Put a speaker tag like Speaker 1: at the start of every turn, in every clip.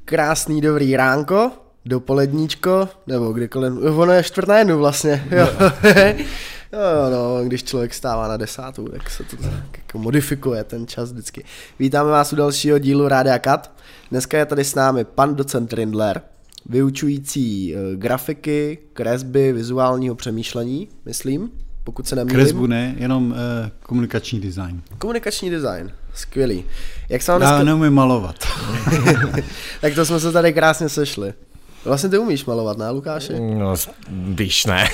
Speaker 1: Krásný dobrý ránko, dopoledníčko, nebo kdykoliv, ono je 1:45 vlastně, jo. No, když člověk stává na 10, tak se to tak jako modifikuje ten čas vždycky. Vítáme vás u dalšího dílu Rádia Kat. Dneska je tady s námi pan docent Rindler, vyučující grafiky, kresby, vizuálního přemýšlení, myslím, pokud se nemýlím.
Speaker 2: Kresbu ne, jenom komunikační design.
Speaker 1: Komunikační design, skvělý. Jak se vám
Speaker 2: Já neumím malovat.
Speaker 1: Tak to jsme se tady krásně sešli. Vlastně ty umíš malovat, ne, Lukáši?
Speaker 3: No, když ne.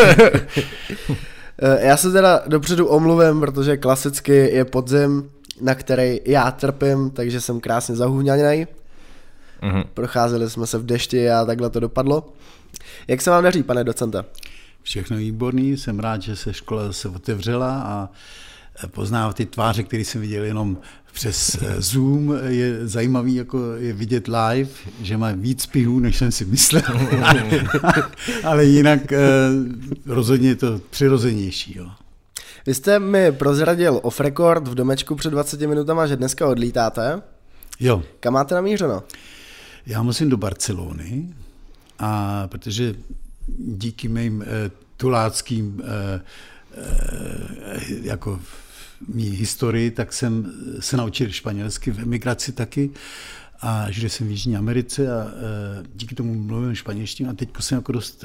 Speaker 1: Já se teda dopředu omluvím, protože klasicky je podzim, na který já trpím, takže jsem krásně zahuňanej. Procházeli jsme se v dešti a takhle to dopadlo. Jak se vám daří, pane docente?
Speaker 2: Všechno výborný, jsem rád, že se škola zase otevřela a poznávat ty tváře, které jsem viděl jenom přes Zoom, je zajímavý jako je vidět live, že má víc pihů, než jsem si myslel, ale jinak rozhodně je to přirozenější. Jo.
Speaker 1: Vy jste mi prozradil off record v domečku před 20 minutama, že dneska odlítáte.
Speaker 2: Jo.
Speaker 1: Kam máte namířeno?
Speaker 2: Já musím do Barcelony, a protože díky mým tuláckým jako mý historii, tak jsem se naučil španělsky v emigraci taky a žil jsem v Jižní Americe a díky tomu mluvím španělštinu a teď jsem jako dost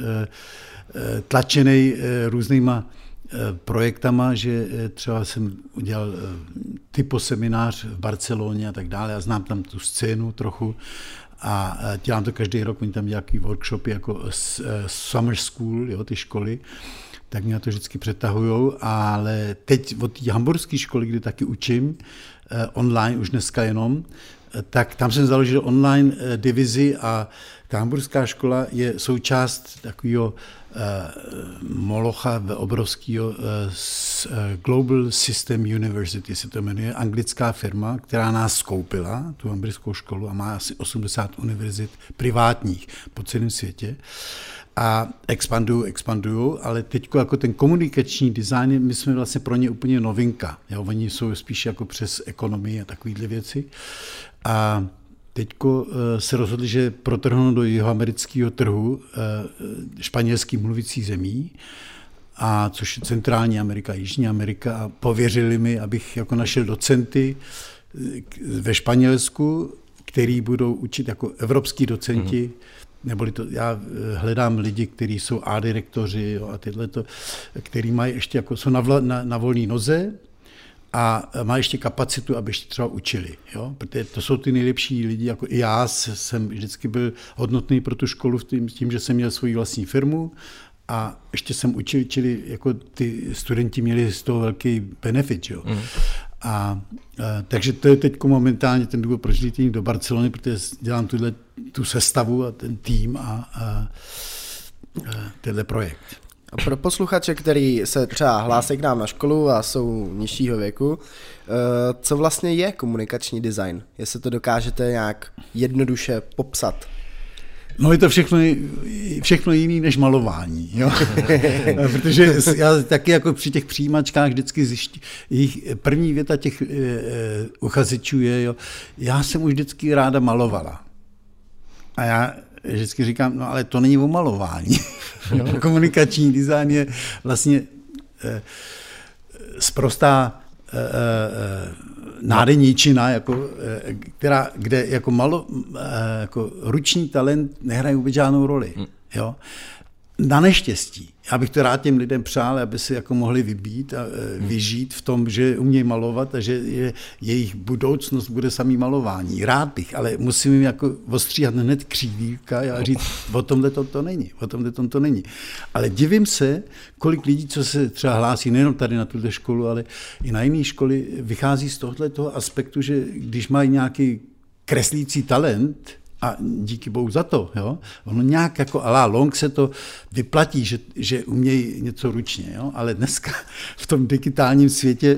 Speaker 2: tlačený různýma projektama, že třeba jsem udělal typoseminář v Barceloně a tak dále a znám tam tu scénu trochu a dělám to každý rok, oni tam dělají workshopy jako summer school, jo, ty školy, tak mě to vždycky přetahujou, ale teď od té hamburské školy, kde taky učím, online už dneska jenom, tak tam jsem založil online divizi a ta hamburská škola je součást takového molocha obrovského Global System University se to jmenuje, anglická firma, která nás skoupila, tu hamburskou školu a má asi 80 univerzit privátních po celém světě. A expandují, ale teď jako ten komunikační design, my jsme vlastně pro ně úplně novinka. Jo? Oni jsou spíš jako přes ekonomii a takovéhle věci. A teďko se rozhodli, že protrhnou do jihoamerického trhu španělský mluvící zemí, a což je Centrální Amerika, Jižní Amerika, a pověřili mi, abych jako našel docenty ve Španělsku, který budou učit jako evropský docenti, neboli to, já hledám lidi, kteří jsou A-direktoři a tyhleto, který mají ještě jako, jsou na volné noze a mají ještě kapacitu, aby ještě třeba učili. Jo? Protože to jsou ty nejlepší lidi, jako i já jsem vždycky byl hodnotný pro tu školu tím, že jsem měl svoji vlastní firmu a ještě jsem učil, čili jako ty studenti měli z toho velký benefit. Jo? Takže to je teď momentálně ten důvod, proč letím do Barcelony, protože dělám tu sestavu a ten tým a tenhle projekt.
Speaker 1: A pro posluchače, který se třeba hlásí k nám na školu a jsou nižšího věku, co vlastně je komunikační design? Jestli to dokážete nějak jednoduše popsat?
Speaker 2: No je to všechno jiný než malování, jo? Protože já taky jako při těch přijímačkách vždycky jejich první věta těch uchazečů je, jo, já jsem už vždycky ráda malovala. A já vždycky říkám, no ale to není o malování. Komunikační design je vlastně sprostá nádeníčina, jako, kde jako ruční talent nehraje vůbec žádnou roli. Jo? Na neštěstí. Já bych to rád těm lidem přál, aby si jako mohli vybít a vyžít v tom, že umějí malovat a že jejich budoucnost bude samý malování. Rád bych, ale musím jim jako ostříhat hned křídílka a říct, o tomhle to není. Ale divím se, kolik lidí, co se třeba hlásí nejenom tady na tuto školu, ale i na jiné školy, vychází z tohoto aspektu, že když mají nějaký kreslící talent, a díky bohu za to, jo. Ono nějak jako à la longue se to vyplatí, že umějí něco ručně, jo. Ale dneska v tom digitálním světě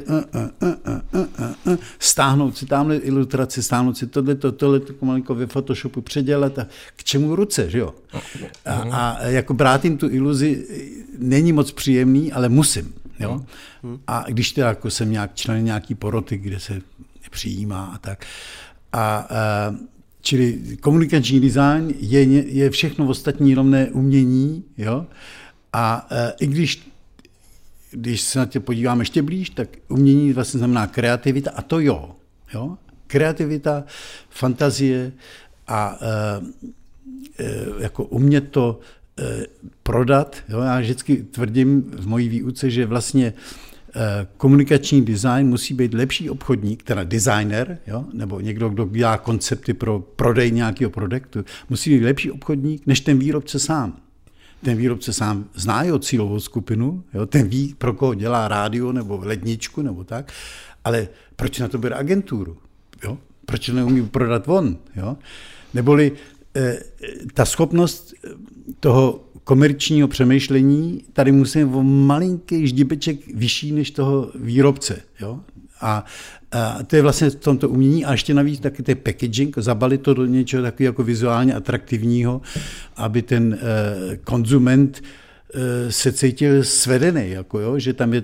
Speaker 2: stáhnout si tamhle ilustraci, stáhnout si tohle malinko ve Photoshopu předělat a k čemu ruce, že jo. A jako brát jim tu iluzi není moc příjemný, ale musím, jo. A když teda jako jsem člen nějaký poroty, kde se přijímá a tak. Čili komunikační design je všechno ostatní rovné umění, jo? A i když se na tě podíváme ještě blíž, tak umění vlastně znamená kreativita a to jo. Kreativita, fantazie a jako umět to prodat. Jo? Já vždycky tvrdím v mojí výuce, že vlastně komunikační design musí být lepší obchodník, teda designer, jo? Nebo někdo, kdo dělá koncepty pro prodej nějakého produktu, musí být lepší obchodník než ten výrobce sám. Ten výrobce sám zná jeho cílovou skupinu, jo? Ten ví, pro koho dělá rádio nebo ledničku nebo tak, ale proč na to bere agenturu? Jo? Proč neumí prodat on? Jo? Neboli ta schopnost toho komerčního přemýšlení, tady musíme o malinký ždibeček vyšší než toho výrobce. Jo? A to je vlastně v tomto umění a ještě navíc taky ten packaging, zabalit to do něčeho takového jako vizuálně atraktivního, aby ten konzument se cítil svedený, jako, jo? Že tam je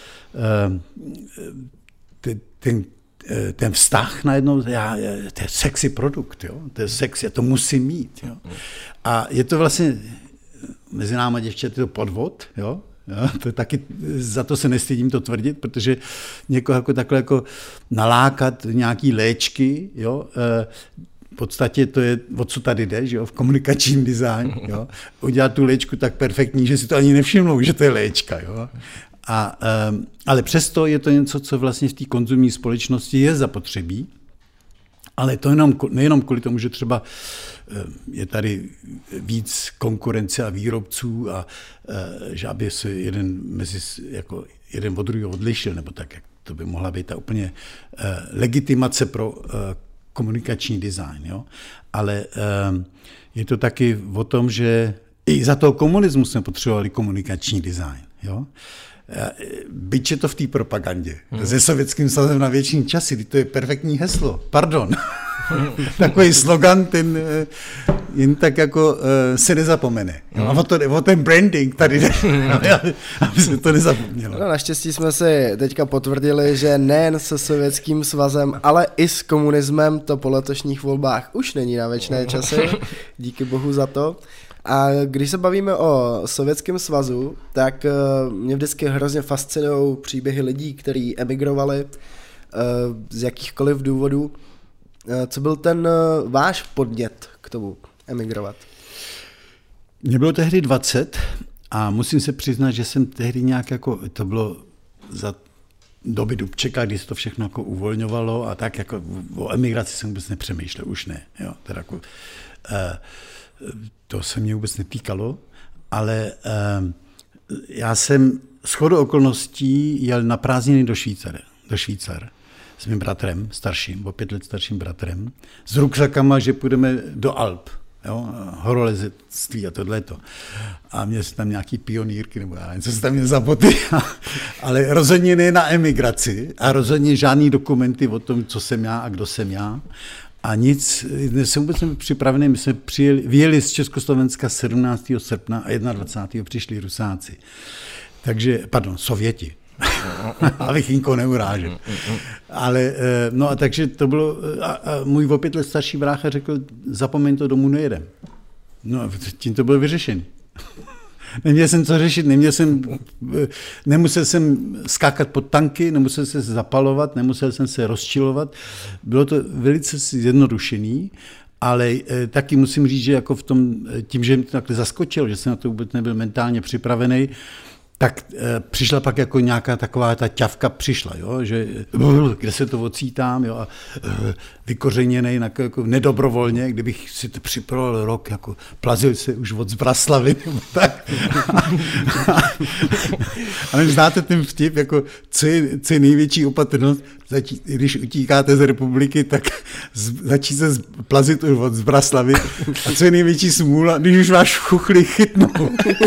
Speaker 2: ten vztah najednou, to je sexy produkt, jo? To je sexy, to musím mít. Jo? A je to vlastně mezi náma děvčaty to podvod, jo? To je taky, za to se nestydím to tvrdit, protože někoho jako takhle jako nalákat nějaký léčky, jo? V podstatě to je, o co tady jde, že jo? V komunikačním design, jo? Udělat tu léčku tak perfektní, že si to ani nevšimnou, že to je léčka. Jo? Ale přesto je to něco, co vlastně v té konzumní společnosti je zapotřebí, ale to nejenom kvůli tomu, že třeba je tady víc konkurence a výrobců a že aby se jeden od druhého odlišil, nebo tak, jak to by mohla být ta úplně legitimace pro komunikační design. Jo? Ale je to taky o tom, že i za toho komunismu jsme potřebovali komunikační design. Jo? Byť je to v té propagandě. Se Sovětským svazem na věčný časy, to je perfektní heslo. Pardon. Takový slogan, ten jen tak jako se nezapomene. A o ten branding tady jde, aby se to nezapomnělo.
Speaker 1: No, naštěstí jsme si teďka potvrdili, že nejen se Sovětským svazem, ale i s komunismem to po letošních volbách už není na věčné časy. Díky bohu za to. A když se bavíme o Sovětském svazu, tak mě vždycky hrozně fascinují příběhy lidí, kteří emigrovali z jakýchkoliv důvodů. Co byl ten váš podnět k tomu emigrovat?
Speaker 2: Mně bylo tehdy 20 a musím se přiznat, že jsem tehdy nějak jako, to bylo za doby Dubčeka, kdy se to všechno jako uvolňovalo a tak jako o emigraci jsem vůbec nepřemýšlel, už ne. Jo, teda jako, to se mě vůbec netýkalo, ale já jsem shodou okolností jel na prázdniny do Švýcar s mým bratrem, starším, o 5 let starším bratrem, s rukřakama, že půjdeme do Alp, jo, horolezectví a tohleto. A měl jsem tam nějaký pionýrky, nebo já něco jsem tam měl za boty, ale rozhodně ne na emigraci a rozhodně žádný dokumenty o tom, co jsem já a kdo jsem já. A nic, jsem vůbec připravený, my jsme vyjeli z Československa 17. srpna a 21. přišli Rusáci. Takže, Sověti. Abych nikoho neurážel. Ale, no a takže to bylo, a můj o 5 let starší brácha řekl, zapomeň to, domů nejedem. No tím to bylo vyřešený. Neměl jsem co řešit, nemusel jsem skákat pod tanky, nemusel jsem se zapalovat, nemusel jsem se rozčilovat. Bylo to velice zjednodušený, ale taky musím říct, že jako tím, že mě to takhle zaskočilo, že jsem na to vůbec nebyl mentálně připravený, tak přišla pak jako nějaká taková ta ťavka přišla, jo, že kde se to ocítám, jo, a vykořeněnej jako nedobrovolně, kdybych si to připravil rok, jako plazil se už od Zbraslavy, nebo tak. Ale znáte ten vtip, jako co je největší opatrnost, když utíkáte z republiky, tak začít se plazit už od Zbraslavy a co je největší smůla, když už váš chuchly chytnou.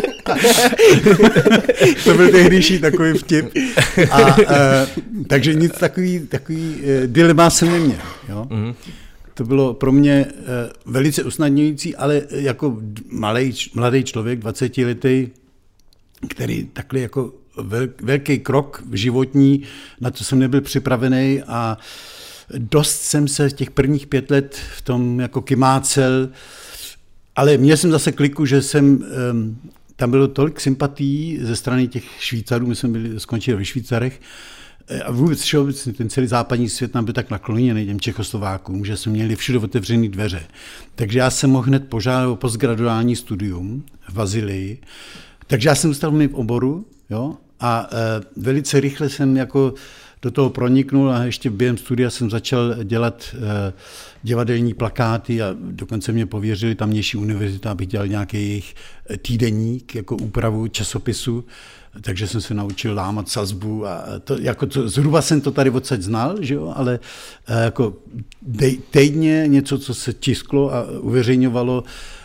Speaker 2: To byl tehdejší takový vtip. Takže nic takový dilema jsem neměl. Jo? To bylo pro mě velice usnadňující, ale jako mladý člověk, 20letý, který takhle jako velký krok životní, na to jsem nebyl připravený a dost jsem se těch prvních 5 let v tom jako kymácel, ale měl jsem zase kliku, že tam bylo tolik sympatií ze strany těch Švýcarů, my jsme skončili ve Švýcarech, a vůbec všeobecně ten celý západní svět nám byl tak nakloněný těm Čechoslovákům, že jsme měli všude otevřený dveře. Takže já jsem mohl hned požádat o postgraduální studium v Bazilii. Takže já jsem zůstal v mém oboru, jo, a velice rychle jsem jako do toho proniknul a ještě během studia jsem začal dělat divadelní plakáty a dokonce mě pověřili tamnější univerzita, abych dělal nějaký jejich týdeník, jako úpravu časopisu, takže jsem se naučil lámat sazbu a zhruba jsem to tady odsaď znal, že jo, ale jako týdně něco, co se tisklo a uveřejňovalo,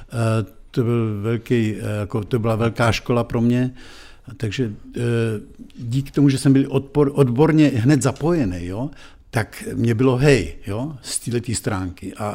Speaker 2: to byla velká škola pro mě. Takže díky tomu, že jsem byl odborně hned zapojený, jo, tak mě bylo hej, jo, z této stránky. A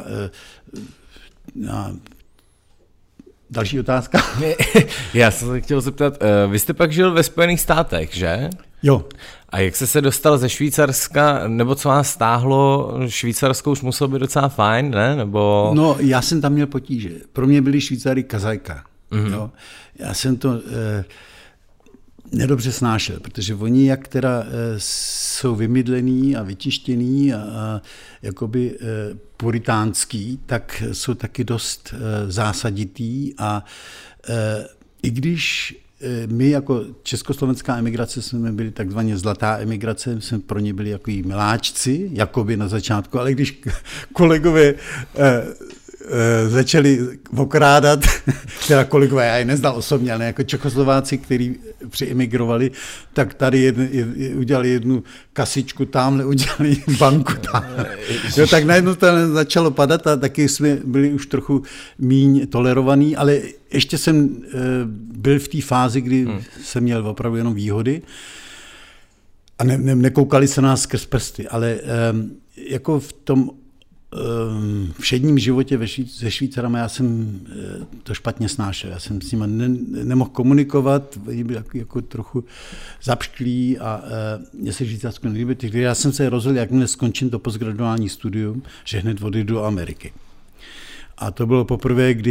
Speaker 2: další otázka?
Speaker 3: Já jsem se chtěl zeptat, vy jste pak žil ve Spojených státech, že?
Speaker 2: Jo.
Speaker 3: A jak jste se dostal ze Švýcarska, nebo co vás stáhlo? Švýcarsko už muselo být docela fajn, ne? Nebo...
Speaker 2: No, já jsem tam měl potíže. Pro mě byli Švýcary kazajka. Mm-hmm. Jo. Já jsem to nedobře snášel, protože oni jak teda jsou vymydlený a vytištěný a jakoby puritánský, tak jsou taky dost zásaditý a i když my jako československá emigrace jsme byli takzvaně zlatá emigrace, jsme pro ně byli jako miláčci, jakoby na začátku, ale když kolegové začali okrádat, teda kolegové, já je neznal osobně, ale jako Čechoslováci, kteří přiemigrovali, tak tady udělali jednu kasičku, tamhle udělali banku, tamhle. Jo, tak najednou to začalo padat a taky jsme byli už trochu míň tolerovaní, ale ještě jsem byl v té fázi, kdy jsem měl opravdu jenom výhody a nekoukali se nás skrz prsty, ale jako v tom všedním životě se Švýcarama já jsem to špatně snášel. Já jsem s nimi nemohl komunikovat, oni byli jako trochu zapšklí a mě se Švýcarsko nelíbilo. Takže já jsem se rozhodl, jakmile skončím to postgraduální studium, že hned odejdu do Ameriky. A to bylo poprvé, kdy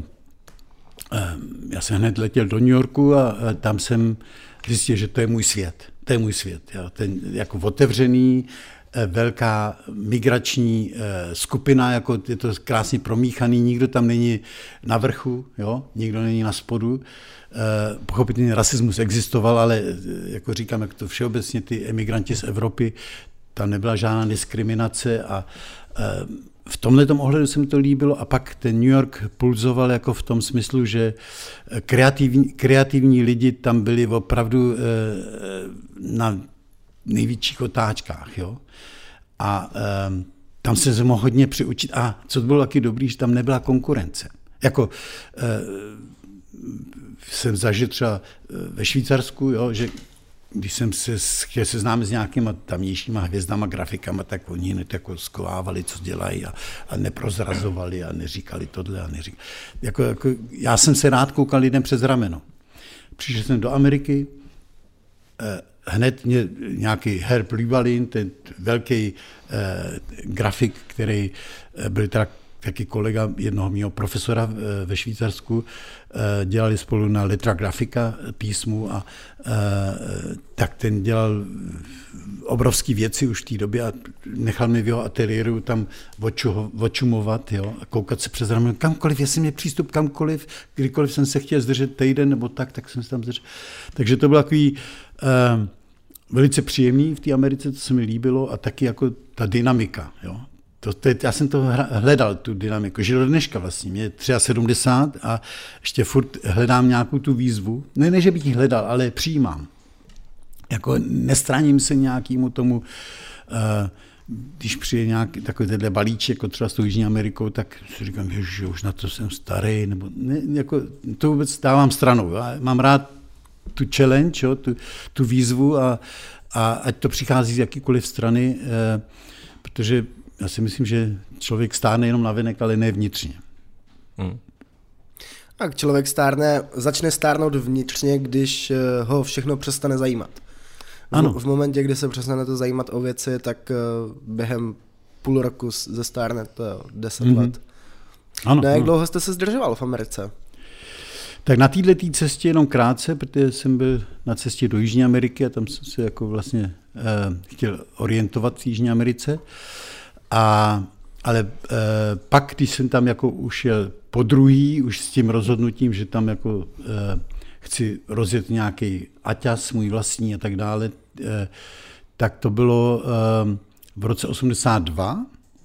Speaker 2: já jsem hned letěl do New Yorku a tam jsem zjistil, že to je můj svět. To je můj svět. Jo. Ten jako otevřený, velká migrační skupina, jako je to krásně promíchaný, nikdo tam není na vrchu, jo? Nikdo není na spodu. Pochopitelně rasismus existoval, ale jako říkám, jak to všeobecně ty emigranti z Evropy, tam nebyla žádná diskriminace a v tomhletom ohledu se mi to líbilo a pak ten New York pulzoval jako v tom smyslu, že kreativní lidi tam byli opravdu na největších otáčkách, jo. A tam se mohl hodně přiučit. A co bylo taky dobrý, že tam nebyla konkurence. Jako jsem zažil třeba ve Švýcarsku, jo, že když jsem se chtěl seznámit s nějakýma tamnějšíma hvězdama, grafikama, tak oni hned jako skovávali, co dělají a neprozrazovali a neříkali tohle a neříkali. Jako, já jsem se rád koukal lidem přes rameno. Přišel jsem do Ameriky, hned mě nějaký Herb Lieberlin, ten velký grafik, který byl taky kolega jednoho mého profesora ve Švýcarsku, dělali spolu na Letra Grafika písmu a tak ten dělal obrovské věci už v té době a nechal mě v jeho ateliéru tam očumovat, jo, a koukat se přes rameno kamkoliv, jestli mě přístup kamkoliv, kdykoliv jsem se chtěl zdržet týden nebo tak jsem se tam zdržel. Takže to bylo takový velice příjemný v té Americe, to se mi líbilo a taky jako ta dynamika, jo. Já jsem to hledal, tu dynamiku, že do dneška vlastně, mě je 73 a ještě furt hledám nějakou tu výzvu. Ne, že bych ji hledal, ale přijímám. Jako nestraním se nějakému tomu, když přijde nějaký takový tenhle balíček, jako třeba s tou Jižní Amerikou, tak si říkám, že už na to jsem starý, nebo ne, jako to vůbec dávám stranou. Já mám rád tu challenge, jo, tu výzvu a ať to přichází z jakýkoliv strany, protože já si myslím, že člověk stárne jenom navenek, ale ne vnitřně.
Speaker 1: Tak člověk začne stárnout vnitřně, když ho všechno přestane zajímat.
Speaker 2: Ano.
Speaker 1: V momentě, kdy se přestane to zajímat o věci, tak během půl roku ze Starnet, to jo, 10 let.
Speaker 2: Ano,
Speaker 1: no jak dlouho jste se zdržoval v Americe?
Speaker 2: Tak na této cestě jenom krátce, protože jsem byl na cestě do Jižní Ameriky a tam jsem se jako vlastně chtěl orientovat v Jižní Americe. Ale pak, když jsem tam jako už jel podruhý, už s tím rozhodnutím, že tam jako chci rozjet nějaký aťas, můj vlastní a tak dále, tak to bylo v roce 82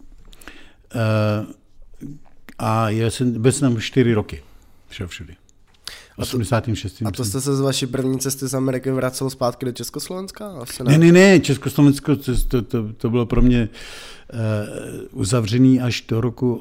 Speaker 2: a byl jsem tam 4 roky. Všel všudy. 86.
Speaker 1: A to jste se z vaší první cesty z Ameriky vracel zpátky do Československa? Asi ne.
Speaker 2: Ne, Československo to bylo pro mě uzavřený až do roku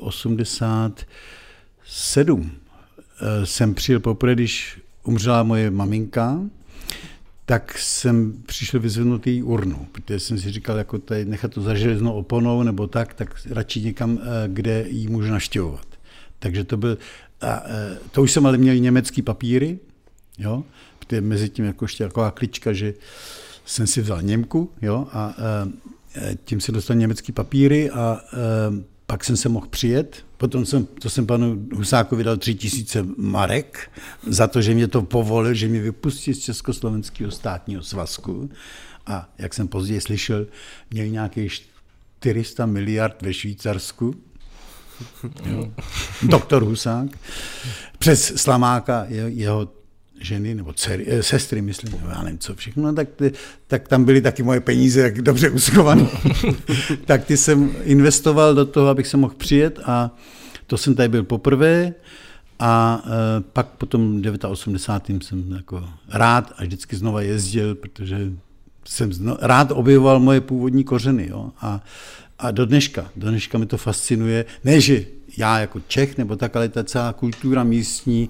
Speaker 2: 87. Jsem přijel poprvé, když umřela moje maminka, tak jsem přišel vyzvednout její urnu, protože jsem si říkal, jako tady nechat to za železnou oponou nebo tak radši někam, kde ji můžu navštěvovat. Takže to byl, to už jsem ale měl německý papíry, jo, protože mezi tím jako ještě taková klička, že jsem si vzal Němku, jo, a tím se dostal německý papíry a pak jsem se mohl přijet. Potom jsem panu Husákovi dal 3000 marek za to, že mě to povolil, že mě vypustí z Československého státního svazku. A jak jsem později slyšel, měl nějakých 400 miliard ve Švýcarsku. Jo. Doktor Husák. Přes Slamáka, jeho ženy nebo dcery, sestry, myslím, já nevím co všechno, no, tak tam byly taky moje peníze jak dobře uschované. Tak ty jsem investoval do toho, abych se mohl přijet a to jsem tady byl poprvé a pak potom 89. jsem jako rád a vždycky znova jezdil, protože jsem rád objevoval moje původní kořeny. Jo? A do dneška mi to fascinuje. Ne, že já jako Čech nebo tak, ale ta celá kultura místní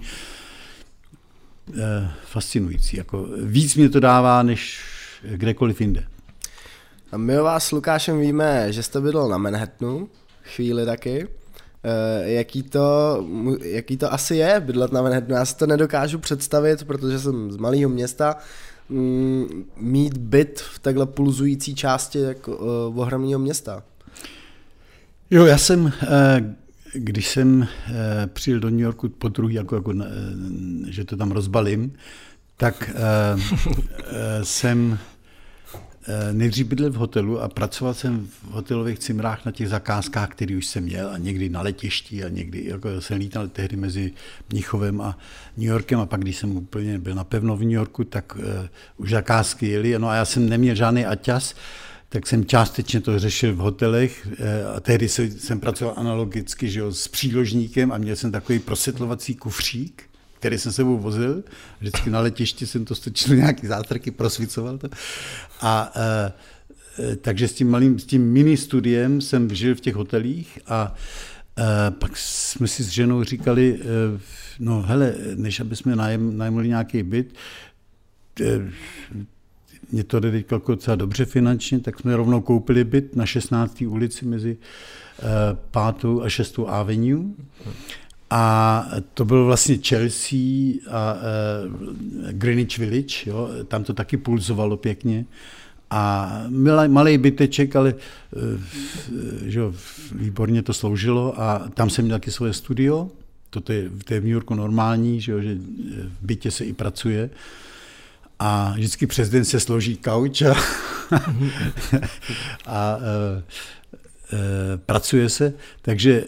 Speaker 2: fascinující. Jako víc mě to dává, než kdekoliv jinde.
Speaker 1: A my o vás s Lukášem víme, že jste bydlel na Manhattanu, chvíli taky. Jaký to asi je bydlet na Manhattanu? Já si to nedokážu představit, protože jsem z malého města. Mít byt v takhle pulzující části jako ohromného města.
Speaker 2: Jo, já jsem... Když jsem přijel do New Yorku podruhý, že to tam rozbalím, tak jsem nejdřív bydlel v hotelu a pracoval jsem v hotelových cimrách na těch zakázkách, které už jsem měl a někdy na letišti a někdy jako jsem lítal tehdy mezi Mnichovem a New Yorkem a pak, když jsem úplně byl napevno v New Yorku, tak už zakázky jeli. No a já jsem neměl žádný aťas, tak jsem částečně to řešil v hotelech a tehdy jsem pracoval analogicky, že jo, s příložníkem a měl jsem takový prosvětlovací kufřík, který jsem sebou vozil. Vždycky na letišti jsem to stočil nějaký zátrky, prosvicoval to. A takže s tím mini studiem jsem žil v těch hotelích a pak jsme si s ženou říkali, no hele, než aby jsme najmuli nějaký byt, mě to jde teď docela dobře finančně, tak jsme rovnou koupili byt na 16. ulici mezi 5. a 6. Avenue. A to bylo vlastně Chelsea a Greenwich Village, jo? Tam to taky pulzovalo pěkně. A malý byteček, ale že jo, výborně to sloužilo a tam jsem měl taky svoje studio. To je v New Yorku normální, že v bytě se i pracuje. A vždycky přes den se složí kauč a pracuje se. Takže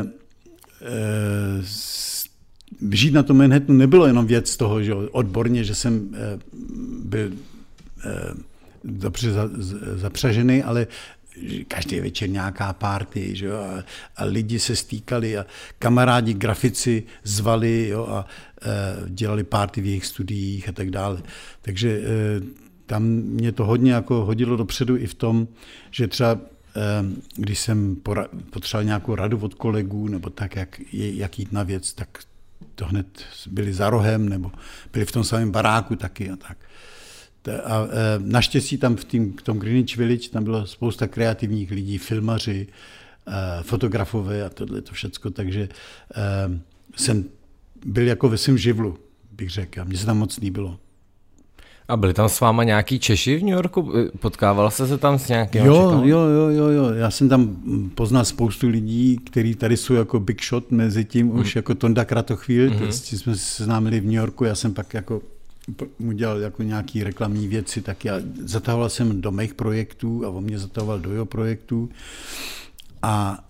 Speaker 2: žít na tom Manhattanu nebylo jenom věc toho, že odborně, že jsem byl dobře zapřažený, ale každý večer nějaká party, že jo, a lidi se stýkali a kamarádi grafici zvali, jo, a dělali party v jejich studiích a tak dále. Takže tam mě to hodně jako hodilo dopředu i v tom, že třeba když jsem potřeboval nějakou radu od kolegů nebo tak, jak jít na věc, tak to hned byli za rohem nebo byli v tom samém baráku taky a tak. A naštěstí tam v tom Greenwich Village tam bylo spousta kreativních lidí, filmaři, fotografové a tohle to všecko, takže jsem byl jako ve svém živlu, bych řekl. Mně se tam moc líbilo.
Speaker 3: A byli tam s váma nějaký Češi v New Yorku? Potkával jste se tam s nějakým?
Speaker 2: Jo. Já jsem tam poznal spoustu lidí, kteří tady jsou jako big shot, mezi tím už jako Tonda Kratochvíl, s tím jsme se seznámili v New Yorku, já jsem pak jako mu dělal jako nějaký reklamní věci, tak já zatahoval jsem do mých projektů a on mě zatahoval do jeho projektů. A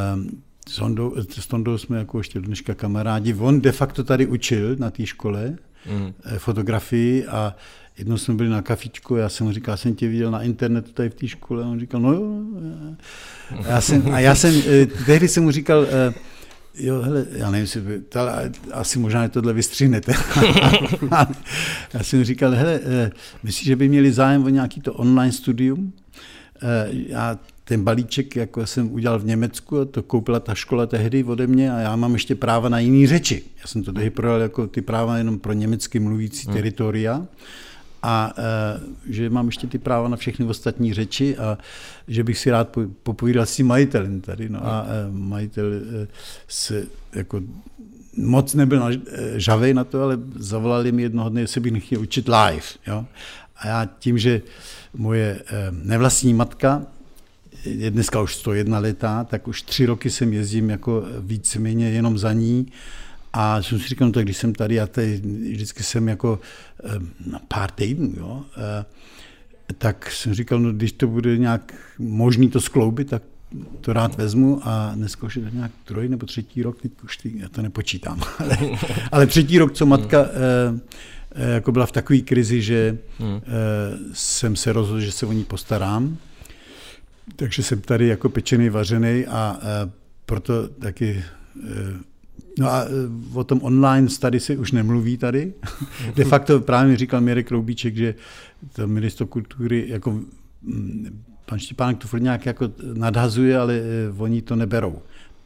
Speaker 2: s Tondou jsme jako ještě dneška kamarádi. On de facto tady učil na té škole fotografii a jednou jsme byli na kafičku, já jsem mu říkal, jsem tě viděl na internetu tady v té škole a on říkal, no jo. Tehdy jsem mu říkal, jo, hele, já nevím, asi možná tohle vystřihnete. Já jsem mu říkal, hele, myslíš, že by měli zájem o nějaký to online studium? Já ten balíček, jako jsem udělal v Německu, to koupila ta škola tehdy ode mě a já mám ještě práva na jiný řeči. Já jsem to tehdy prodal jako ty práva jenom pro německy mluvící teritoria a že mám ještě ty práva na všechny ostatní řeči a že bych si rád popovídal s tím majitelem tady. No a majitel se jako moc nebyl žavej na to, ale zavolali mi jednoho dne, jestli bych nechtěl učit live. Jo? A já tím, že moje nevlastní matka je dneska už 101 letá, tak už 3 roky jsem jezdím jako víceméně jenom za ní a jsem si říkal, no tak když jsem tady, já tady vždycky jsem jako na pár týdnů, jo, tak jsem říkal, no když to bude nějak možný to skloubit, tak to rád vezmu a dneska už je to nějak 2. nebo 3. rok, teď už já to nepočítám, ale 3. rok, co matka jako byla v takové krizi, že jsem se rozhodl, že se o ní postarám. Takže jsem tady jako pečený, vařený a proto taky, no a o tom online tady se už nemluví tady. De facto právě mi říkal Mirek Roubíček, že to ministerstvo kultury, jako pan Štěpánek to furt nějak jako nadhazuje, ale oni to neberou.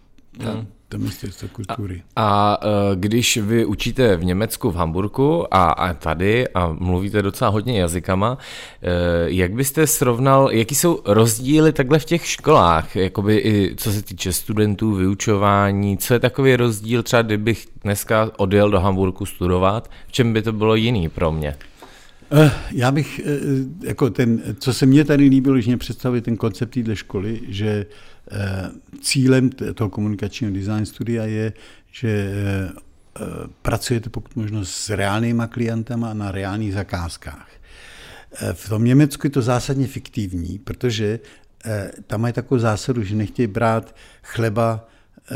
Speaker 2: To ministerstvo kultury.
Speaker 3: A když vy učíte v Německu, v Hamburku a tady a mluvíte docela hodně jazykama, jak byste srovnal, jaký jsou rozdíly takhle v těch školách, jakoby i co se týče studentů, vyučování, co je takový rozdíl, třeba kdybych dneska odjel do Hamburku studovat, v čem by to bylo jiný pro mě?
Speaker 2: Já bych, jako co se mně tady líbilo, když mě představili ten koncept téhle školy, že cílem toho komunikačního design studia je, že pracujete pokud možno s reálnýma klientama na reálných zakázkách. V tom Německu je to zásadně fiktivní, protože tam mají takovou zásadu, že nechtějí brát chleba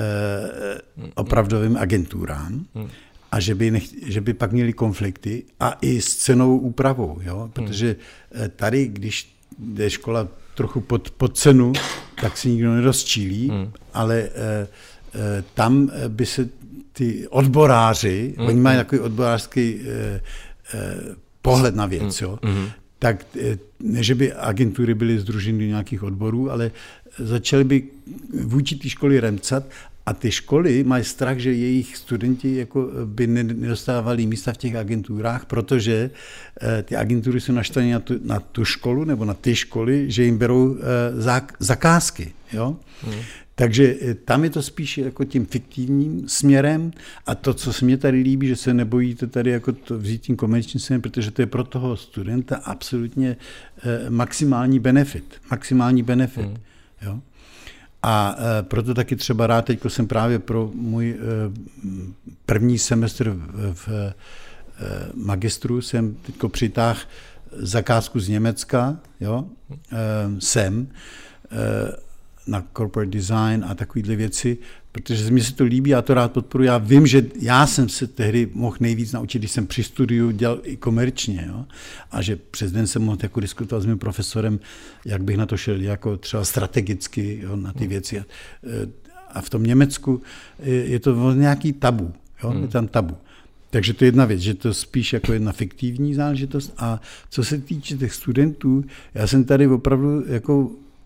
Speaker 2: opravdovým agenturám, a že by pak měli konflikty a i s cenovou úpravou, jo? Protože tady, když jde škola trochu pod cenu, tak si nikdo nerozčílí, ale tam by se ty odboráři, oni mají takový odborářský pohled na věc, jo? Tak ne, že by agentury byly sdruženy do nějakých odborů, ale začaly by vůči té školy remcat. A ty školy mají strach, že jejich studenti jako by nedostávali místa v těch agenturách, protože ty agentury jsou naštvané na tu školu nebo na ty školy, že jim berou zakázky. Jo? Takže tam je to spíš jako tím fiktivním směrem a to, co se mě tady líbí, že se nebojíte tady jako to vzít tím komerčním směrem, protože to je pro toho studenta absolutně maximální benefit. Jo? A proto taky třeba rád, teď jsem právě pro můj první semestr v magistru jsem teď přitáhl zakázku z Německa, jo, na corporate design a takovýhle věci, protože mně se to líbí, já to rád podporuji. Já vím, že já jsem se tehdy mohl nejvíc naučit, když jsem při studiu dělal i komerčně, jo? A že přes den jsem mohl jako diskutovat s mým profesorem, jak bych na to šel jako třeba strategicky, jo, na ty věci. A v tom Německu je to nějaký tabu, jo? Je tam tabu. Takže to je jedna věc, že to spíš jako jedna fiktivní záležitost. A co se týče těch studentů, já jsem tady opravdu jako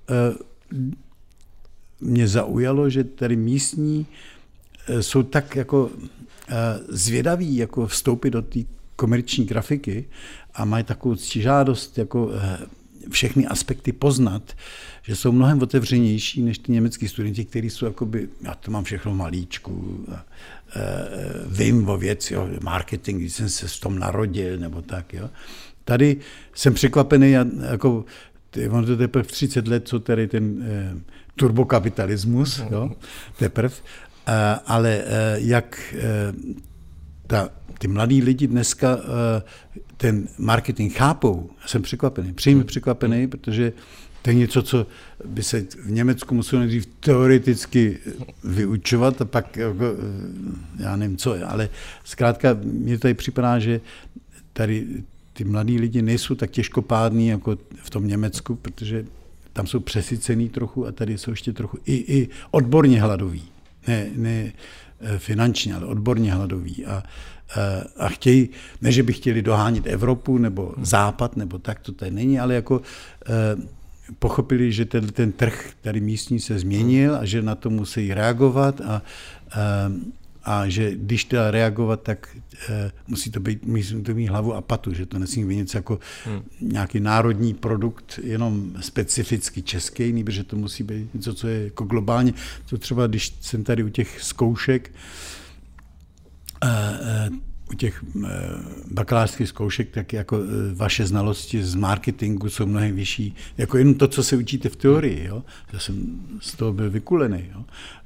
Speaker 2: mě zaujalo, že tady místní jsou tak jako zvědaví jako vstoupit do té komerční grafiky a mají takovou ctižádost jako všechny aspekty poznat, že jsou mnohem otevřenější než ty německý studenti, kteří jsou jakoby, já to mám všechno v malíčku, vím o věci, jo, marketing, když jsem se v tom narodil, nebo tak, jo. tady jsem překvapený, jako, ono to teprve 30 let, co tady ten turbokapitalismus, jo, teprve, ale jak ty mladí lidi dneska ten marketing chápou, jsem překvapený, příjemně překvapený, protože to je něco, co by se v Německu muselo nejdřív teoreticky vyučovat a pak, já nevím co, ale zkrátka mě tady připadá, že tady ty mladí lidi nejsou tak těžkopádní jako v tom Německu, protože tam jsou přesycený trochu a tady jsou ještě trochu i odborně hladoví. Ne finančně, ale odborně hladoví. A chtějí, ne, že by chtěli dohánět Evropu nebo Západ, nebo tak, to tady není, ale jako pochopili, že ten trh tady místní se změnil a že na to musí reagovat a že když teda reagovat, tak musí to mít hlavu a patu, že to nesmí být něco jako nějaký národní produkt, jenom specificky český, nebo že to musí být něco, co je jako globálně. To třeba, když jsem tady u těch zkoušek, u těch bakalářských zkoušek, tak jako vaše znalosti z marketingu jsou mnohem vyšší, jako jenom to, co se učíte v teorii. Jo? Já jsem z toho byl vykulený. Jo?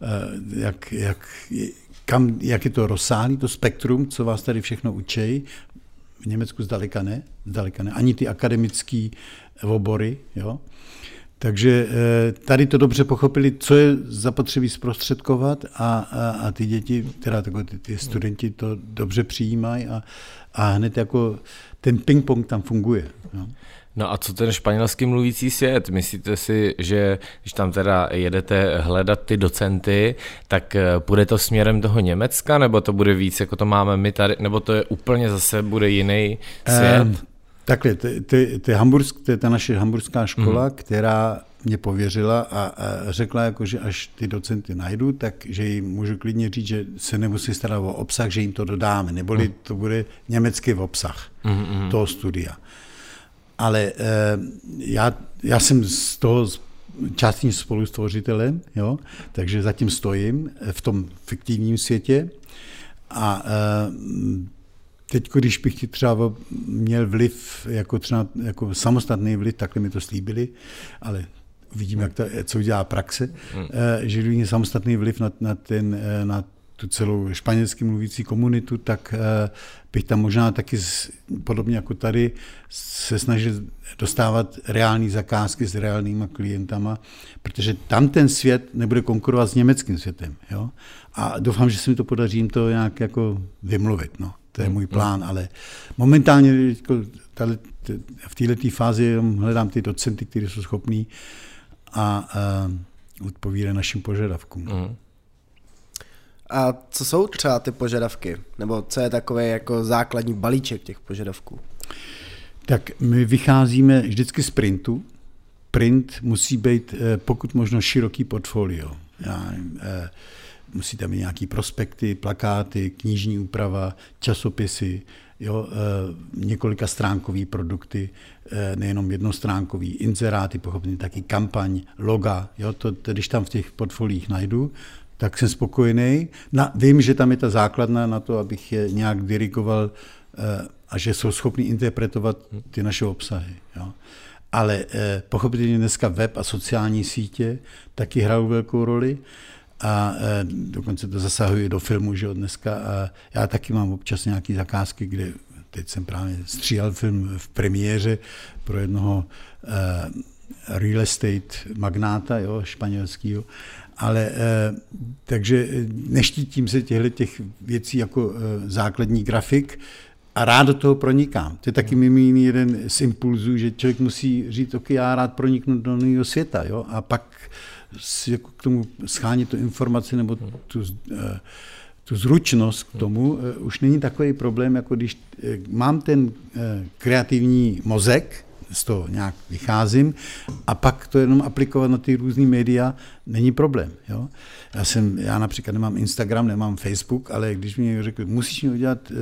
Speaker 2: Jak je to rozsáhlý, to spektrum, co vás tady všechno učí. V Německu zdaleka ne. Ani ty akademické obory. Jo? Takže tady to dobře pochopili, co je zapotřebí zprostředkovat a ty děti, teda ty studenti to dobře přijímají a hned jako ten ping-pong tam funguje. No.
Speaker 3: No a co ten španělsky mluvící svět? Myslíte si, že když tam teda jedete hledat ty docenty, tak půjde to směrem toho Německa, nebo to bude víc, jako to máme my tady, nebo to je úplně zase bude jiný svět?
Speaker 2: Takhle, to je ta naše hamburská škola, která mě pověřila a řekla, jako, že až ty docenty najdu, tak že jim můžu klidně říct, že se nemusí starat o obsah, že jim to dodáme, neboli to bude německý obsah toho studia. Ale já jsem z toho částečně spolustvořitelem, jo, takže zatím stojím v tom fiktivním světě a teď, když bych třeba měl vliv, jako třeba jako samostatný vliv, takhle mi to slíbili, ale uvidím, co udělá praxe, že když mě samostatný vliv na tu celou španělsky mluvící komunitu, tak bych tam možná taky podobně jako tady se snažil dostávat reální zakázky s reálnýma klientama, protože tam ten svět nebude konkurovat s německým světem. Jo? A doufám, že se mi to podaří jim to nějak jako vymluvit. No. To je můj plán, ale momentálně v této fázi hledám ty docenty, kteří jsou schopní a odpovídají našim požadavkům.
Speaker 1: A co jsou třeba ty požadavky? Nebo co je takový jako základní balíček těch požadavků?
Speaker 2: Tak my vycházíme vždycky z printu. Print musí být pokud možno široký portfolio. Musí tam být nějaký prospekty, plakáty, knižní úprava, časopisy, jo, několika stránkový produkty, nejenom jednostránkový, inzeráty, pochopně taky kampaň, loga. Jo, to, když tam v těch portfoliích najdu, tak jsem spokojený. Vím, že tam je ta základna na to, abych je nějak dirigoval a že jsou schopni interpretovat ty naše obsahy. Jo. Ale pochopitelně dneska web a sociální sítě taky hrajou velkou roli a dokonce to zasahuje do filmu, že od dneska. A já taky mám občas nějaké zakázky, kde teď jsem právě stříhal film v premiéře pro jednoho real estate magnáta, jo, španělského. Ale takže neštítím se těch věcí jako základní grafik a rád do toho pronikám. To je taky mimo jiný jeden z impulzů, že člověk musí říct, ok, já rád proniknu do nového světa, jo, a pak si jako k tomu schánit tu informaci nebo tu zručnost k tomu, už není takový problém, jako když mám ten kreativní mozek, z toho nějak vycházím a pak to jenom aplikovat na ty různý média není problém. Jo? Já například nemám Instagram, nemám Facebook, ale když mi řekli, musíš mi udělat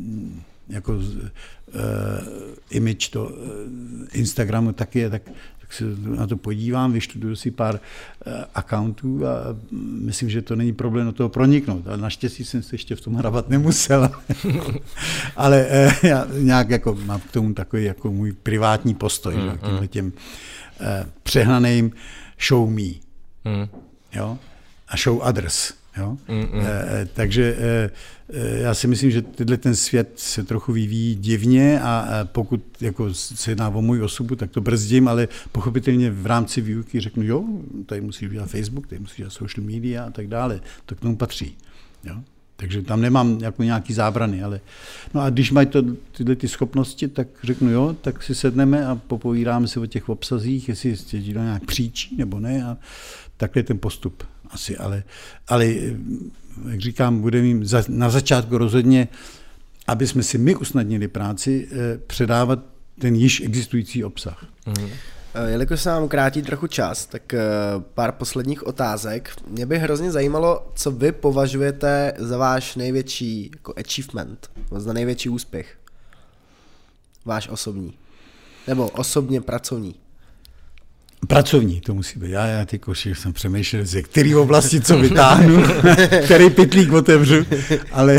Speaker 2: image do Instagramu, tak se na to podívám, vyštuduju si pár accountů a myslím, že to není problém do toho proniknout. Ale naštěstí jsem se ještě v tom hrabat nemusel. Ale já nějak jako mám k tomu takový jako můj privátní postoj, k těmhle těm přehnaným show me, jo? A show others. Jo? Takže já si myslím, že ten svět se trochu vyvíjí divně a pokud jako se jedná o můj osobu, tak to brzdím, ale pochopitelně v rámci výuky řeknu, jo, tady musíš dělat Facebook, tady musíš dělat social media a tak dále. To k tomu patří. Jo? Takže tam nemám jako nějaký zábrany, ale no a když mají tyhle ty schopnosti, tak řeknu jo, tak si sedneme a popovídáme se o těch obsazích, jestli se to nějak příčí nebo ne a takhle je ten postup asi, ale jak říkám, budeme jim na začátku rozhodně, aby jsme si my usnadnili práci, předávat ten již existující obsah.
Speaker 1: Jelikož se nám krátí trochu čas, tak pár posledních otázek. Mě by hrozně zajímalo, co vy považujete za váš největší jako achievement, za největší úspěch. Váš osobní. Nebo osobně pracovní.
Speaker 2: Pracovní to musí být. Já ty koši jsem přemýšlel, ze který oblasti co vytáhnu, který pytlík otevřu, ale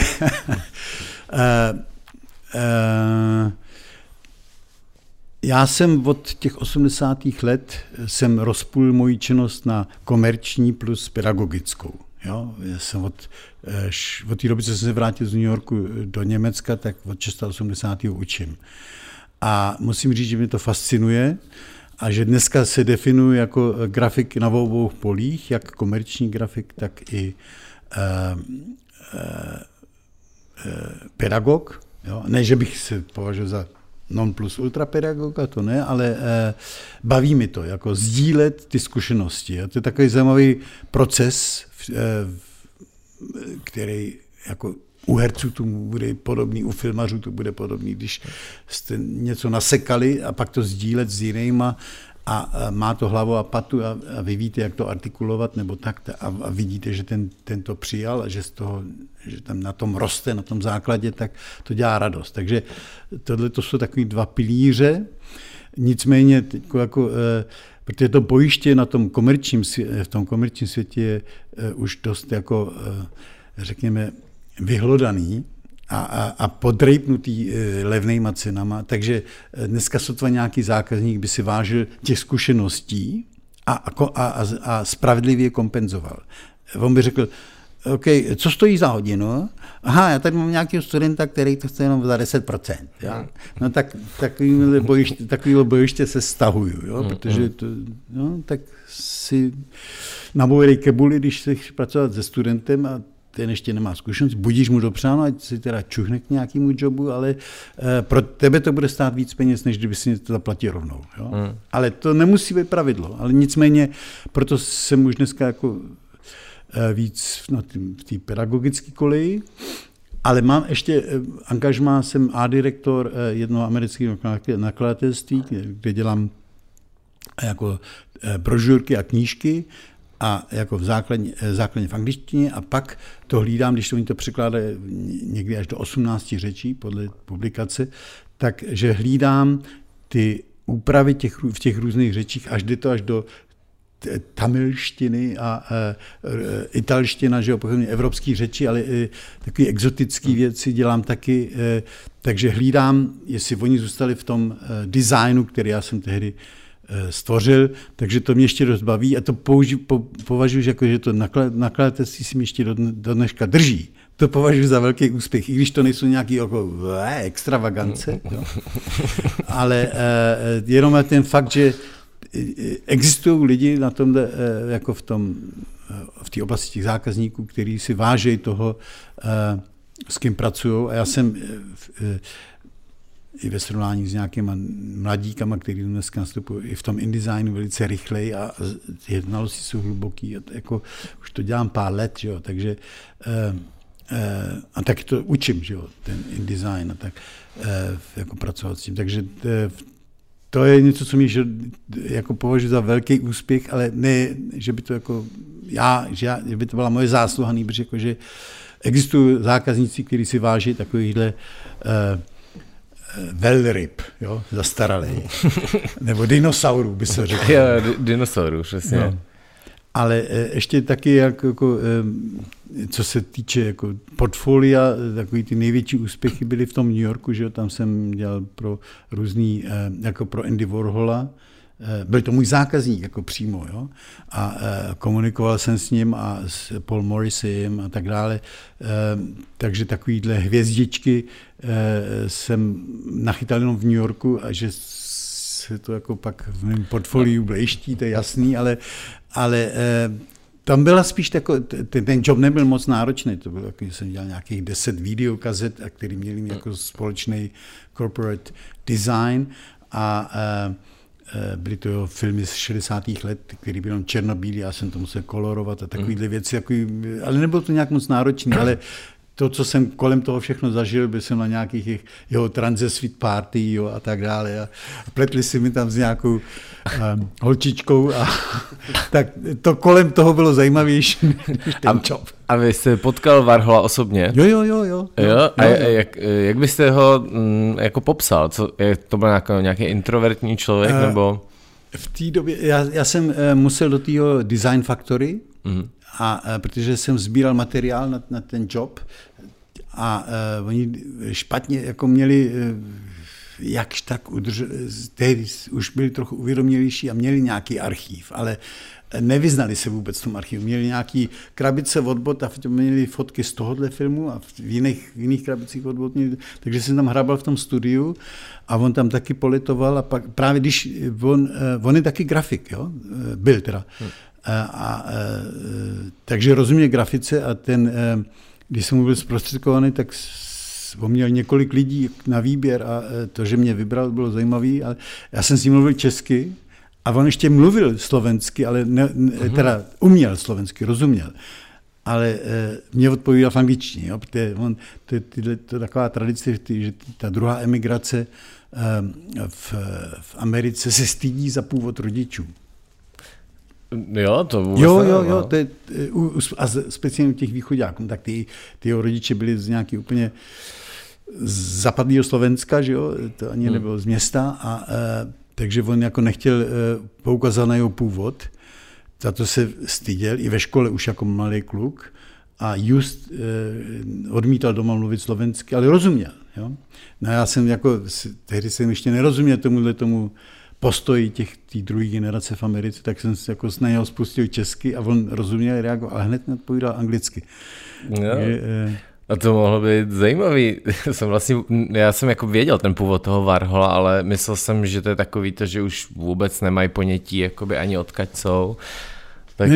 Speaker 2: já jsem od těch 80. let jsem rozpůl moji činnost na komerční plus pedagogickou. Jo? Já jsem od té doby, co jsem se vrátil z New Yorku do Německa, tak od 680. učím. A musím říct, že mě to fascinuje a že dneska se definuji jako grafik na obou polích, jak komerční grafik, tak i pedagog. Jo? Ne, že bych se považoval za non plus ultra pedagoga, to ne, ale baví mi to, jako sdílet ty zkušenosti. A to je takový zajímavý proces, který jako u herců to bude podobný, u filmařů to bude podobný, když jste něco nasekali a pak to sdílet s jinýma a má to hlavu a patu a vy víte, jak to artikulovat nebo tak a vidíte, že ten to přijal a že tam na tom roste, na tom základě, tak to dělá radost. Takže tohle to jsou takový dva pilíře, nicméně protože to bojiště v tom komerčním světě je už dost jako, řekněme, vyhlodaný a podrejpnutý levnejma cenama, takže dneska sotva nějaký zákazník by si vážil těch zkušeností a spravedlivě kompenzoval. On by řekl, OK, co stojí za hodinu? Aha, já tady mám nějakého studenta, který to chce jenom za 10%. Ja? No tak takovýhle bojiště se stahuju, jo? Protože tak si nabourej kebuli, když chceš pracovat se studentem a ten ještě nemá zkušenost, budíš mu dopřáno, ať si teda čuhne k nějakému jobu, ale pro tebe to bude stát víc peněz, než kdyby si to zaplatil rovnou. Jo? Ale to nemusí být pravidlo, ale nicméně, proto jsem už dneska jako víc v té pedagogické koleji, ale mám ještě angažmá, jsem direktor jednoho amerického nakladatelství, kde dělám jako brožurky a knížky, a jako základně v angličtině a pak to hlídám, když oni to překládají někdy až do 18 řečí podle publikace, takže hlídám ty úpravy v těch různých řečích, až do tamilštiny a italština, že jo, pochopně evropský řeči, ale i takové exotické věci dělám taky, takže hlídám, jestli oni zůstali v tom designu, který já jsem tehdy stvořil, takže to mě ještě dost baví a to považuji, že to nakladatelství si mě ještě do dneška drží. To považuji za velký úspěch, i když to nejsou nějaký jako extravagance, jo. Ale jenom ten fakt, že existují lidi na tomhle, jako v té oblasti těch zákazníků, kteří si vážejí toho, s kým pracují. A já jsem i ve srovnání s nějakýma mladíkama, který dneska nastupují i v tom InDesignu velice rychleji a ty znalosti jsou hluboký. Jako, už to dělám pár let, že jo, takže a taky to učím, že jo, ten InDesign a tak jako pracovat s tím. Takže to je něco, co mi jako považuji za velký úspěch, ale ne, že by to jako že by to byla moje zásluha, nýbrž jako, že existují zákazníci, kteří si váží takovýchhle velryb, jo, zastaralý. Nebo dinosaurů, by se řekl.
Speaker 3: Jo, dinosaurů, přesně. No.
Speaker 2: Ale ještě taky, jako, co se týče jako portfolia, takový ty největší úspěchy byly v tom New Yorku, že jo, tam jsem dělal pro různý, jako pro Andy Warhola, byl to můj zákazník jako přímo, jo? A komunikoval jsem s ním a s Paul Morrisem a tak dále, takže takovýhle hvězdičky jsem nachytal jenom v New Yorku a že se to jako pak v mém portfoliu blejští, to je jasný, ale tam byla spíš ten job nebyl moc náročný, to bylo jako, že jsem dělal nějakých 10 videokazet, a který měli jako společný corporate design a byly to filmy z 60. let, které byly jenom černobílé, já jsem to musel kolorovat a takovýhle věci, ale nebylo to nějak moc náročné, ale to, co jsem kolem toho všechno zažil, byl jsem na nějakých jeho transvestite party, jo, a tak dále. A pletli si mi tam s nějakou holčičkou a tak to kolem toho bylo zajímavější než ten job.
Speaker 3: A vy jste potkal Warhola osobně?
Speaker 2: Jo.
Speaker 3: A jak byste ho jako popsal? To byl nějaký introvertní člověk? Nebo?
Speaker 2: V té době, já jsem musel do tého Design Factory, a protože jsem sbíral materiál na ten job a oni špatně jako měli jakž tak tehdy už byli trochu uvědomělejší a měli nějaký archív, ale nevyznali se vůbec v tom archivu. Měli nějaký krabice od bot a měli fotky z tohohle filmu a v jiných krabicích od bot měli, takže jsem tam hrabal v tom studiu a on tam taky politoval a pak právě když on je taky grafik, jo? Byl teda. Takže rozuměl grafice a když jsem mu byl zprostředkovaný, tak on měl několik lidí na výběr a to, že mě vybral, bylo zajímavé, ale já jsem s ním mluvil česky a on ještě mluvil slovensky, ale teda uměl slovensky, rozuměl, ale mě odpovídal v angličtině, jo, protože to je taková tradice, že ta druhá emigrace v Americe se stydí za původ rodičů.
Speaker 3: Jo, to vůbec
Speaker 2: Jo, to je, a speciálně u těch výchoďáků, tak ty jeho rodiče byli z nějaký úplně západního Slovenska, že jo, to ani nebylo z města, takže on jako nechtěl poukázat na jeho původ, za to se styděl i ve škole už jako malý kluk a just odmítal doma mluvit slovensky, ale rozuměl, jo. No já jsem jako, tehdy jsem ještě nerozuměl tomu postoji té druhé generace v Americe, tak jsem se jako s něho spustil česky a on rozuměl, reagoval, ale hned mi odpovídal anglicky.
Speaker 3: No. A to mohlo být zajímavý. Já jsem jako věděl ten původ toho Warhola, ale myslel jsem, že to je takový to, že už vůbec nemají ponětí jakoby ani odkud jsou. Tak,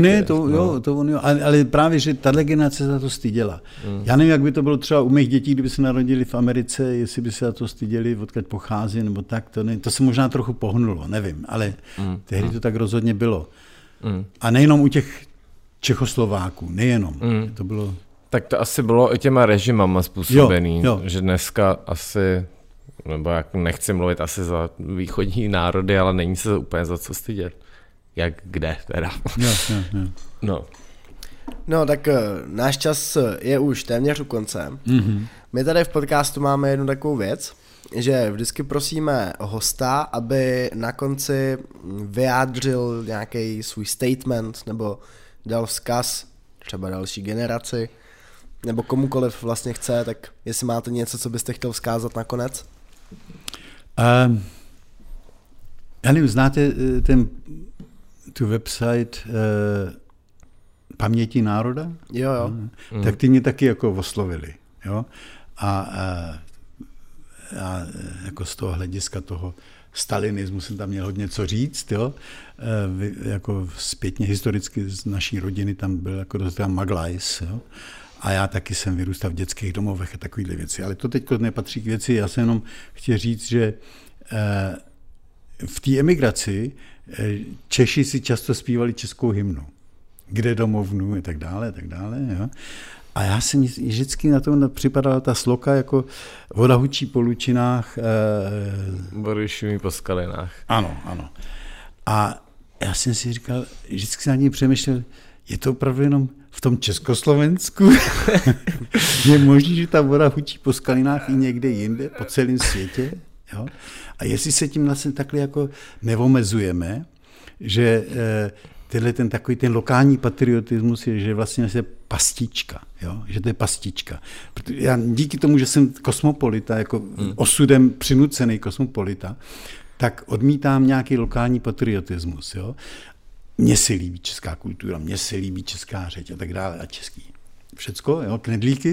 Speaker 3: ale právě, že tahle generace za to styděla. Já nevím, jak by to bylo třeba u mých dětí, kdyby se narodili v Americe, jestli by se za to styděli, odkud pochází, nebo tak, to se možná trochu pohnulo, nevím, ale tehdy to tak rozhodně bylo. A nejenom u těch Čechoslováků, nejenom. To bylo... Tak to asi bylo i těma režimama způsobený, že dneska asi, nebo jak nechci mluvit asi za východní národy, ale není se úplně za co stydět. Jak kde teda.
Speaker 2: Jo.
Speaker 1: No tak náš čas je už téměř u konce. My tady v podcastu máme jednu takovou věc, že vždycky prosíme hosta, aby na konci vyjádřil nějaký svůj statement nebo dal vzkaz třeba další generaci nebo komukoliv vlastně chce, tak jestli máte něco, co byste chtěl vzkázat nakonec?
Speaker 2: Já nevím, znáte tu website Paměti národa?
Speaker 1: Jo.
Speaker 2: Tak ty mě taky jako oslovili. Jo? A jako z toho hlediska toho stalinismu jsem tam měl hodně co říct. Jo? Jako zpětně historicky z naší rodiny tam byl jako dost Maglajs. Jo? A já taky jsem vyrůstal v dětských domovech a takovýhle věci. Ale to teď nepatří k věci. Já jsem jenom chtěl říct, že v té emigraci Češi si často zpívali českou hymnu. Kde domovnu a tak dále. Jo. A já jsem vždycky na tom připadala ta sloka jako voda hučí po lučinách.
Speaker 3: Vory šumí po skalinách.
Speaker 2: Ano. A já jsem si říkal, vždycky jsem nad ní přemýšlel, je to opravdu jenom v tom Československu? Je možné, že ta voda hučí po skalinách i někde jinde, po celém světě? Jo? A jestli se tím vlastně takhle jako neomezujeme, že ten takový ten lokální patriotismus je, že vlastně je pastička, jo? Že to je pastička. Protože já díky tomu, že jsem kosmopolita, jako osudem přinucený kosmopolita, tak odmítám nějaký lokální patriotismus. Jo? Mně se líbí česká kultura, mně se líbí česká řeč a tak dále a český. Všecko, jo, knedlíky,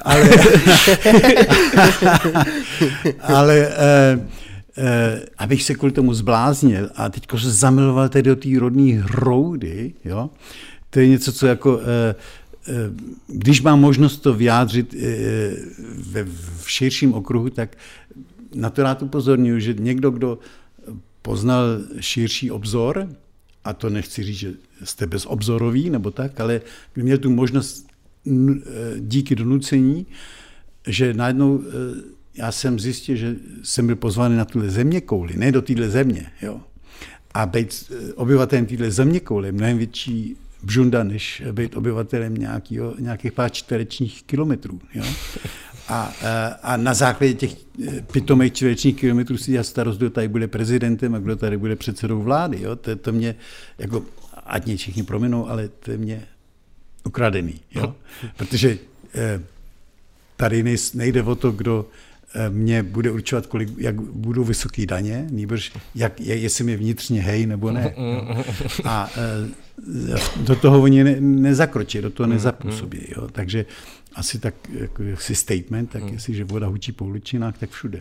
Speaker 2: ale abych se kvůli tomu zbláznil a teďko se zamiloval tady do té rodné hroudy, jo, to je něco, co jako, když mám možnost to vyjádřit v širším okruhu, tak na to rád upozorňuji, že někdo, kdo poznal širší obzor, a to nechci říct, že jste bezobzorový nebo tak, ale měl tu možnost díky donucení, že najednou já jsem zjistil, že jsem byl pozvaný na tuhle zeměkouli, ne do téhle země, jo. A být obyvatelem téhle zeměkoule je mnohem větší bžunda, než být obyvatelem nějakých pár čtverečních kilometrů, jo. A na základě těch pitomých čtverečních kilometrů si dělá starost, kdo tady bude prezidentem a kdo tady bude předsedou vlády, jo. To mě, jako, ať mě všichni prominou, ale to je mě ukradený, jo. Protože tady nejde o to, kdo mě bude určovat, jak budou vysoký daně, nýbrž jestli mě vnitřně hej nebo ne. Jo. A do toho oni nezakročí, do toho nezapůsobí. Jo. Takže asi tak, jako si statement, tak jestliže voda hučí po uličinách, tak všude.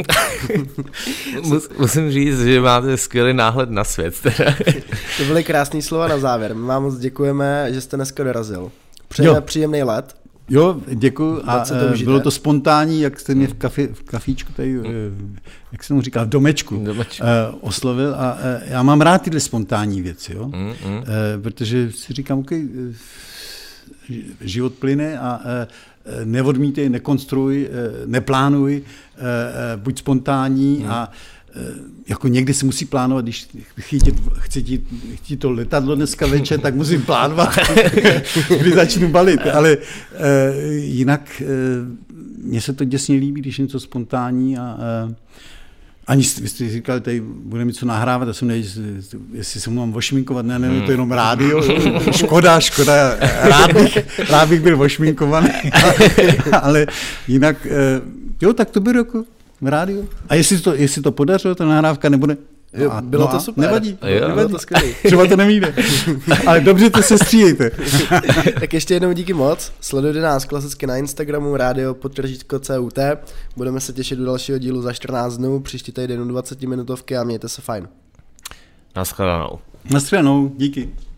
Speaker 3: Musím říct, že máte skvělý náhled na svět.
Speaker 1: To byly krásné slova na závěr. My vám moc děkujeme, že jste dneska dorazil. Přejeme příjemný let.
Speaker 2: Jo, děkuju. A bylo to spontánní, jak jste mě v kafíčku tady, jak jsem mu říkal, v domečku. Oslovil. A já mám rád tyhle spontánní věci, jo? Protože si říkám, OK, život plyne a neodmítej, nekonstruuj, neplánuj, buď spontánní a jako někdy se musí plánovat, když chci to letadlo dneska večer, tak musím plánovat, kdy začnu balit, ale jinak mně se to děsně líbí, když je něco spontánní a ani vy jste říkali, tady budeme něco nahrávat, já jsem nevěděl, jestli se mu mám ošminkovat, ne, to je jenom rádio, škoda, rád bych byl ošminkovaný, ale jinak, jo, tak to beru jako v rádiu. A jestli to podařilo, ta nahrávka nebude,
Speaker 1: jo, bylo to super.
Speaker 2: Nevadí.
Speaker 1: Bylo to skvělý.
Speaker 2: Třeba to nevíde. Ale dobře to se stříjejte.
Speaker 1: Tak ještě jednou díky moc. Sledujte nás klasicky na Instagramu radio_CUT. Budeme se těšit do dalšího dílu za 14 dnů. Příští týden 20 minutovky a mějte se fajn.
Speaker 3: Naschledanou.
Speaker 2: Naschledanou, díky.